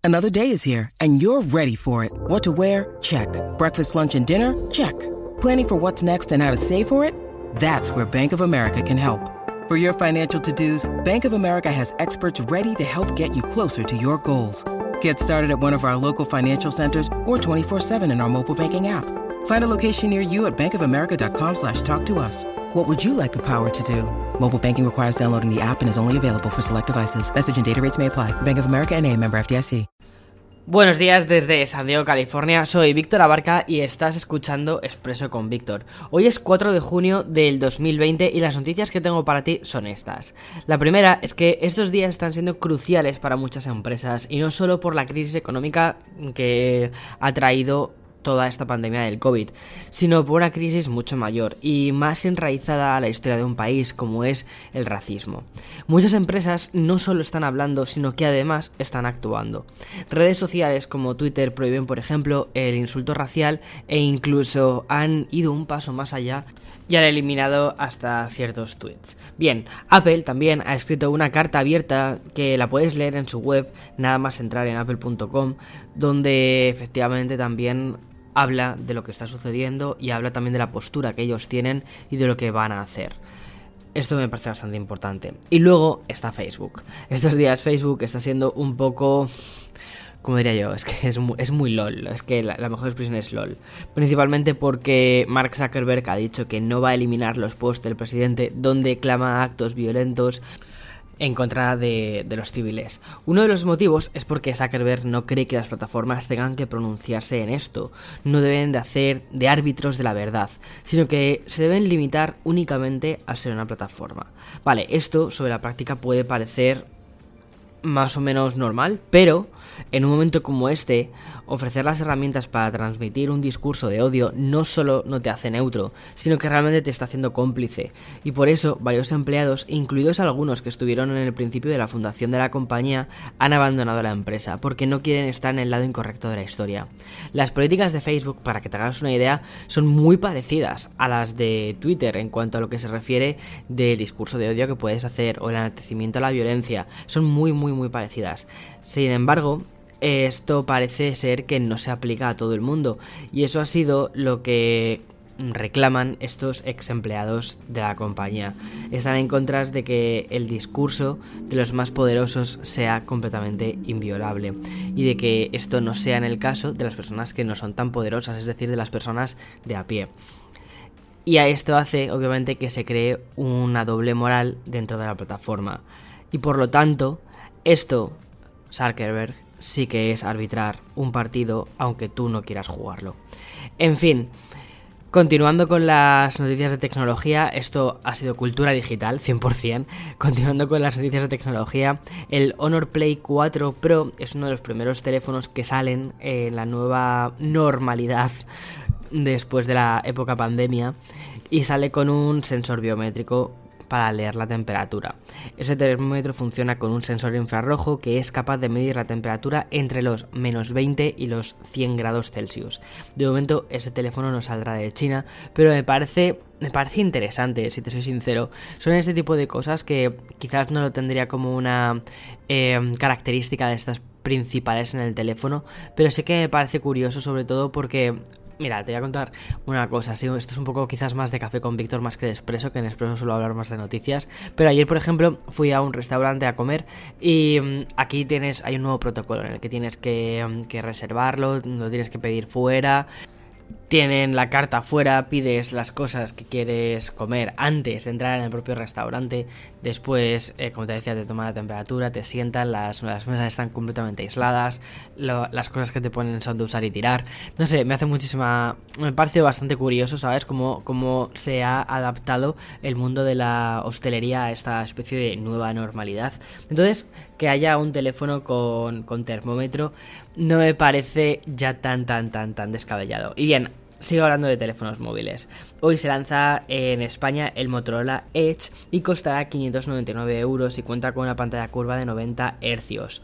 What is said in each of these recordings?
Another day is here, and you're ready for it. What to wear? Check. Breakfast, lunch, and dinner? Check. Planning for what's next and how to save for it? That's where Bank of America can help. For your financial to-dos, Bank of America has experts ready to help get you closer to your goals. Get started at one of our local financial centers or 24/7 in our mobile banking app. Find a location near you at bankofamerica.com/talktous. What would you like the power to do? Mobile banking requires downloading the app and is only available for select devices. Message and data rates may apply. Bank of America N.A., member FDIC. Buenos días desde San Diego, California. Soy Víctor Abarca y estás escuchando Expreso con Víctor. Hoy es 4 de junio del 2020 y las noticias que tengo para ti son estas. La primera es que estos días están siendo cruciales para muchas empresas y no solo por la crisis económica que ha traído toda esta pandemia del COVID, sino por una crisis mucho mayor y más enraizada a la historia de un país, como es el racismo. Muchas empresas no solo están hablando, sino que además están actuando. Redes sociales como Twitter prohíben, por ejemplo, el insulto racial e incluso han ido un paso más allá y han eliminado hasta ciertos tweets. Bien, Apple también ha escrito una carta abierta que la puedes leer en su web, nada más entrar en apple.com, donde efectivamente también habla de lo que está sucediendo y habla también de la postura que ellos tienen y de lo que van a hacer. Esto me parece bastante importante. Y luego está Facebook. Estos días Facebook está siendo un poco... ¿Cómo diría yo? Es que es muy LOL. Es que la mejor expresión es LOL. Principalmente porque Mark Zuckerberg ha dicho que no va a eliminar los posts del presidente donde clama actos violentos en contra de los civiles. Uno de los motivos es porque Zuckerberg no cree que las plataformas tengan que pronunciarse en esto. No deben de hacer de árbitros de la verdad, sino que se deben limitar únicamente a ser una plataforma. Vale, esto sobre la práctica puede parecer más o menos normal, pero en un momento como este, ofrecer las herramientas para transmitir un discurso de odio no solo no te hace neutro, sino que realmente te está haciendo cómplice. Y por eso varios empleados, incluidos algunos que estuvieron en el principio de la fundación de la compañía, han abandonado la empresa porque no quieren estar en el lado incorrecto de la historia. Las políticas de Facebook, para que te hagas una idea, son muy parecidas a las de Twitter en cuanto a lo que se refiere del discurso de odio que puedes hacer o el enaltecimiento a la violencia. Son muy parecidas. Sin embargo, esto parece ser que no se aplica a todo el mundo y eso ha sido lo que reclaman estos ex empleados de la compañía. Están en contra de que el discurso de los más poderosos sea completamente inviolable y de que esto no sea en el caso de las personas que no son tan poderosas, es decir, de las personas de a pie. Y a esto hace, obviamente, que se cree una doble moral dentro de la plataforma. Y por lo tanto, esto, Zuckerberg, sí que es arbitrar un partido aunque tú no quieras jugarlo. En fin, continuando con las noticias de tecnología, esto ha sido cultura digital, 100%. Continuando con las noticias de tecnología, el Honor Play 4 Pro es uno de los primeros teléfonos que salen en la nueva normalidad después de la época pandemia y sale con un sensor biométrico para leer la temperatura. Ese termómetro funciona con un sensor infrarrojo que es capaz de medir la temperatura entre los menos 20 y los 100 grados Celsius. De momento ese teléfono no saldrá de China, pero me parece interesante, si te soy sincero. Son este tipo de cosas que quizás no lo tendría como una característica de estas principales en el teléfono, pero sí que me parece curioso, sobre todo porque... Mira, te voy a contar una cosa, sí, esto es un poco quizás más de Café con Víctor más que de Expreso, que en Expreso suelo hablar más de noticias, pero ayer, por ejemplo, fui a un restaurante a comer y aquí hay un nuevo protocolo en el que tienes que reservarlo, lo tienes que pedir fuera. Tienen la carta afuera, pides las cosas que quieres comer antes de entrar en el propio restaurante. Después, como te decía, te toman la temperatura, te sientan, las mesas están completamente aisladas, las cosas que te ponen son de usar y tirar. No sé, me parece bastante curioso, ¿sabes? Cómo se ha adaptado el mundo de la hostelería a esta especie de nueva normalidad. Entonces, que haya un teléfono con termómetro no me parece ya tan descabellado. Y bien, sigo hablando de teléfonos móviles. Hoy se lanza en España el Motorola Edge y costará 599 euros y cuenta con una pantalla curva de 90 Hz.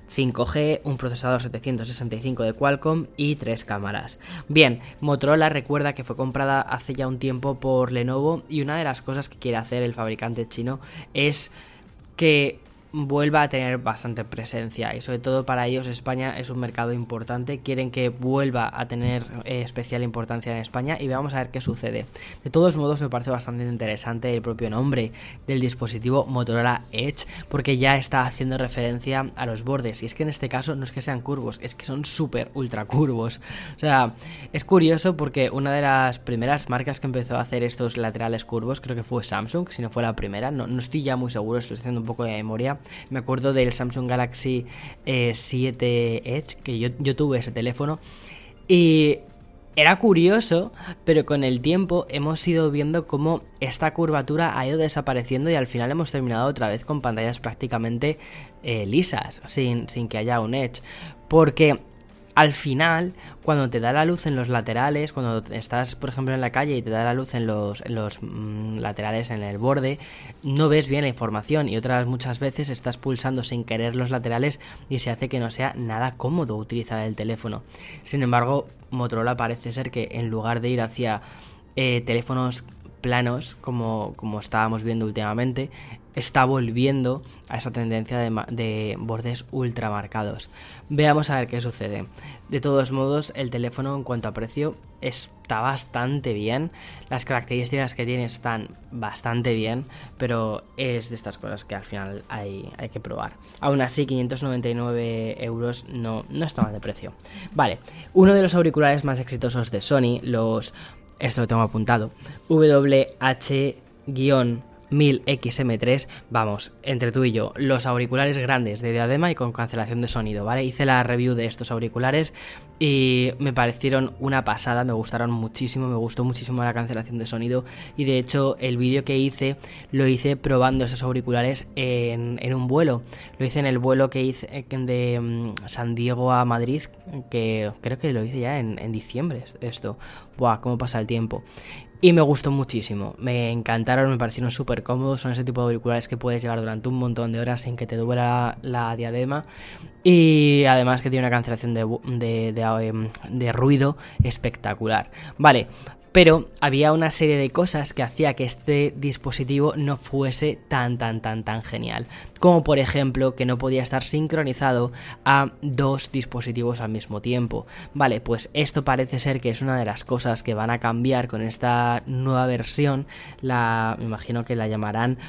5G, un procesador 765 de Qualcomm y 3 cámaras. Bien, Motorola recuerda que fue comprada hace ya un tiempo por Lenovo y una de las cosas que quiere hacer el fabricante chino es que vuelva a tener bastante presencia, y sobre todo para ellos España es un mercado importante, quieren que vuelva a tener especial importancia en España, y vamos a ver qué sucede. De todos modos, me parece bastante interesante el propio nombre del dispositivo, Motorola Edge, porque ya está haciendo referencia a los bordes, y es que en este caso no es que sean curvos, es que son súper ultra curvos. O sea, es curioso porque una de las primeras marcas que empezó a hacer estos laterales curvos creo que fue Samsung, si no fue la primera, no estoy ya muy seguro, estoy haciendo un poco de memoria. Me acuerdo del Samsung Galaxy 7 Edge, que yo tuve ese teléfono, y era curioso, pero con el tiempo hemos ido viendo cómo esta curvatura ha ido desapareciendo, y al final hemos terminado otra vez con pantallas prácticamente lisas, sin que haya un edge, porque al final, cuando te da la luz en los laterales, cuando estás, por ejemplo, en la calle y te da la luz en los laterales, en el borde, no ves bien la información, y otras muchas veces estás pulsando sin querer los laterales y se hace que no sea nada cómodo utilizar el teléfono. Sin embargo, Motorola parece ser que en lugar de ir hacia teléfonos planos, como estábamos viendo últimamente, está volviendo a esa tendencia de bordes ultra marcados. Veamos a ver qué sucede. De todos modos, el teléfono en cuanto a precio está bastante bien, las características que tiene están bastante bien, pero es de estas cosas que al final hay que probar. Aún así, 599 euros no está mal de precio. Vale, uno de los auriculares más exitosos de Sony, esto lo tengo apuntado, WH-1000XM3, vamos, entre tú y yo, los auriculares grandes de diadema y con cancelación de sonido, ¿vale? Hice la review de estos auriculares y me parecieron una pasada, me gustaron muchísimo, me gustó muchísimo la cancelación de sonido, y de hecho el vídeo que hice, lo hice probando esos auriculares en un vuelo, lo hice en el vuelo que hice de San Diego a Madrid, que creo que lo hice ya en diciembre esto. Buah, cómo pasa el tiempo. Y me gustó muchísimo, me encantaron, me parecieron súper cómodos, son ese tipo de auriculares que puedes llevar durante un montón de horas sin que te duela la diadema, y además que tiene una cancelación de ruido espectacular. Vale, pero había una serie de cosas que hacía que este dispositivo no fuese tan genial, como por ejemplo que no podía estar sincronizado a dos dispositivos al mismo tiempo. Vale, pues esto parece ser que es una de las cosas que van a cambiar con esta nueva versión, me imagino que la llamarán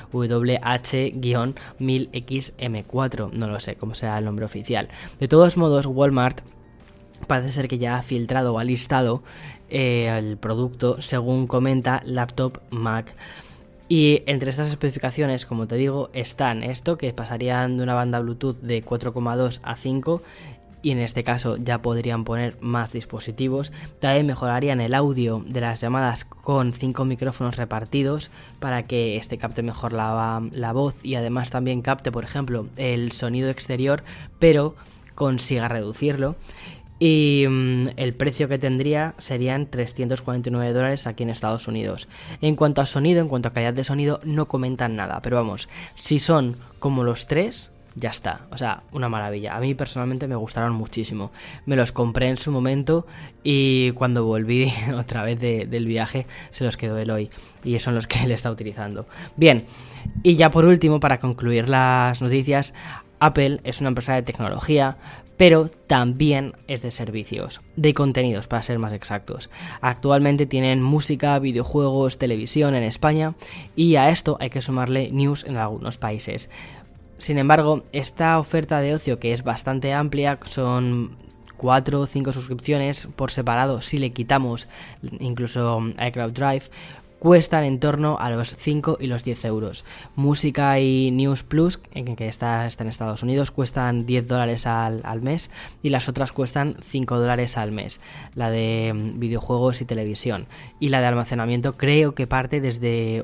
WH-1000XM4, no lo sé cómo será el nombre oficial. De todos modos, Walmart parece ser que ya ha filtrado o ha listado el producto según comenta Laptop Mac. Y entre estas especificaciones, como te digo, están esto, que pasarían de una banda Bluetooth de 4,2 a 5, y en este caso ya podrían poner más dispositivos. También mejorarían el audio de las llamadas con 5 micrófonos repartidos para que este capte mejor la voz, y además también capte, por ejemplo, el sonido exterior, pero consiga reducirlo. Y el precio que tendría serían $349 aquí en Estados Unidos. En cuanto a sonido, en cuanto a calidad de sonido, no comentan nada, pero vamos, si son como los tres, ya está, o sea, una maravilla. A mí personalmente me gustaron muchísimo, me los compré en su momento, y cuando volví otra vez del viaje se los quedó Eloy, y son los que él está utilizando. Bien, y ya por último, para concluir las noticias, Apple es una empresa de tecnología, pero también es de servicios, de contenidos para ser más exactos. Actualmente tienen música, videojuegos, televisión en España, y a esto hay que sumarle news en algunos países. Sin embargo, esta oferta de ocio, que es bastante amplia, son 4 o 5 suscripciones por separado, si le quitamos incluso iCloud Drive, cuestan en torno a los 5 y los 10 euros. Música y News Plus, que está en Estados Unidos, cuestan $10 al mes, y las otras cuestan $5 al mes. La de videojuegos y televisión. Y la de almacenamiento creo que parte desde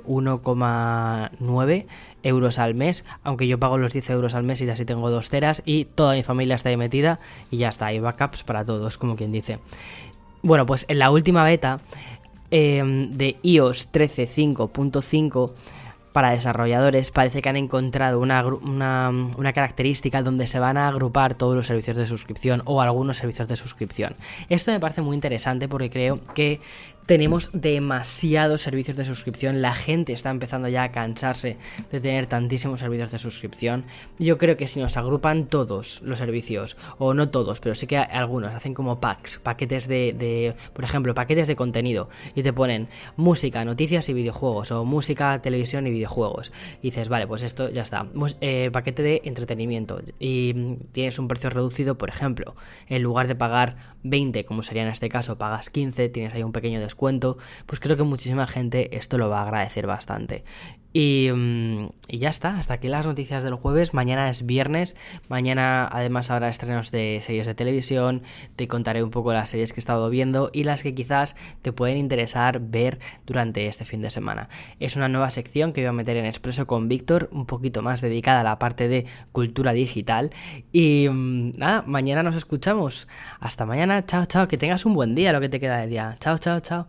1,9 euros al mes, aunque yo pago los 10 euros al mes y así tengo 2 teras y toda mi familia está ahí metida, y ya está, hay backups para todos, como quien dice. Bueno, pues en la última beta de iOS 13.5.5 para desarrolladores, parece que han encontrado una característica donde se van a agrupar todos los servicios de suscripción, o algunos servicios de suscripción. Esto me parece muy interesante porque creo que Tenemos demasiados servicios de suscripción, la gente está empezando ya a cansarse de tener tantísimos servicios de suscripción. Yo creo que si nos agrupan todos los servicios, o no todos, pero sí que algunos, hacen como packs, paquetes por ejemplo, paquetes de contenido, y te ponen música, noticias y videojuegos, o música, televisión y videojuegos, y dices, vale, pues esto ya está, paquete de entretenimiento, y tienes un precio reducido, por ejemplo, en lugar de pagar 20, como sería en este caso, pagas 15, tienes ahí un pequeño descuento, pues creo que muchísima gente esto lo va a agradecer bastante. Y ya está, hasta aquí las noticias del jueves. Mañana es viernes, mañana además habrá estrenos de series de televisión, te contaré un poco las series que he estado viendo y las que quizás te pueden interesar ver durante este fin de semana. Es una nueva sección que voy a meter en Expreso con Víctor, un poquito más dedicada a la parte de cultura digital. Y nada, mañana nos escuchamos. Hasta mañana, chao, chao, que tengas un buen día, lo que te queda de día. Chao, chao, chao.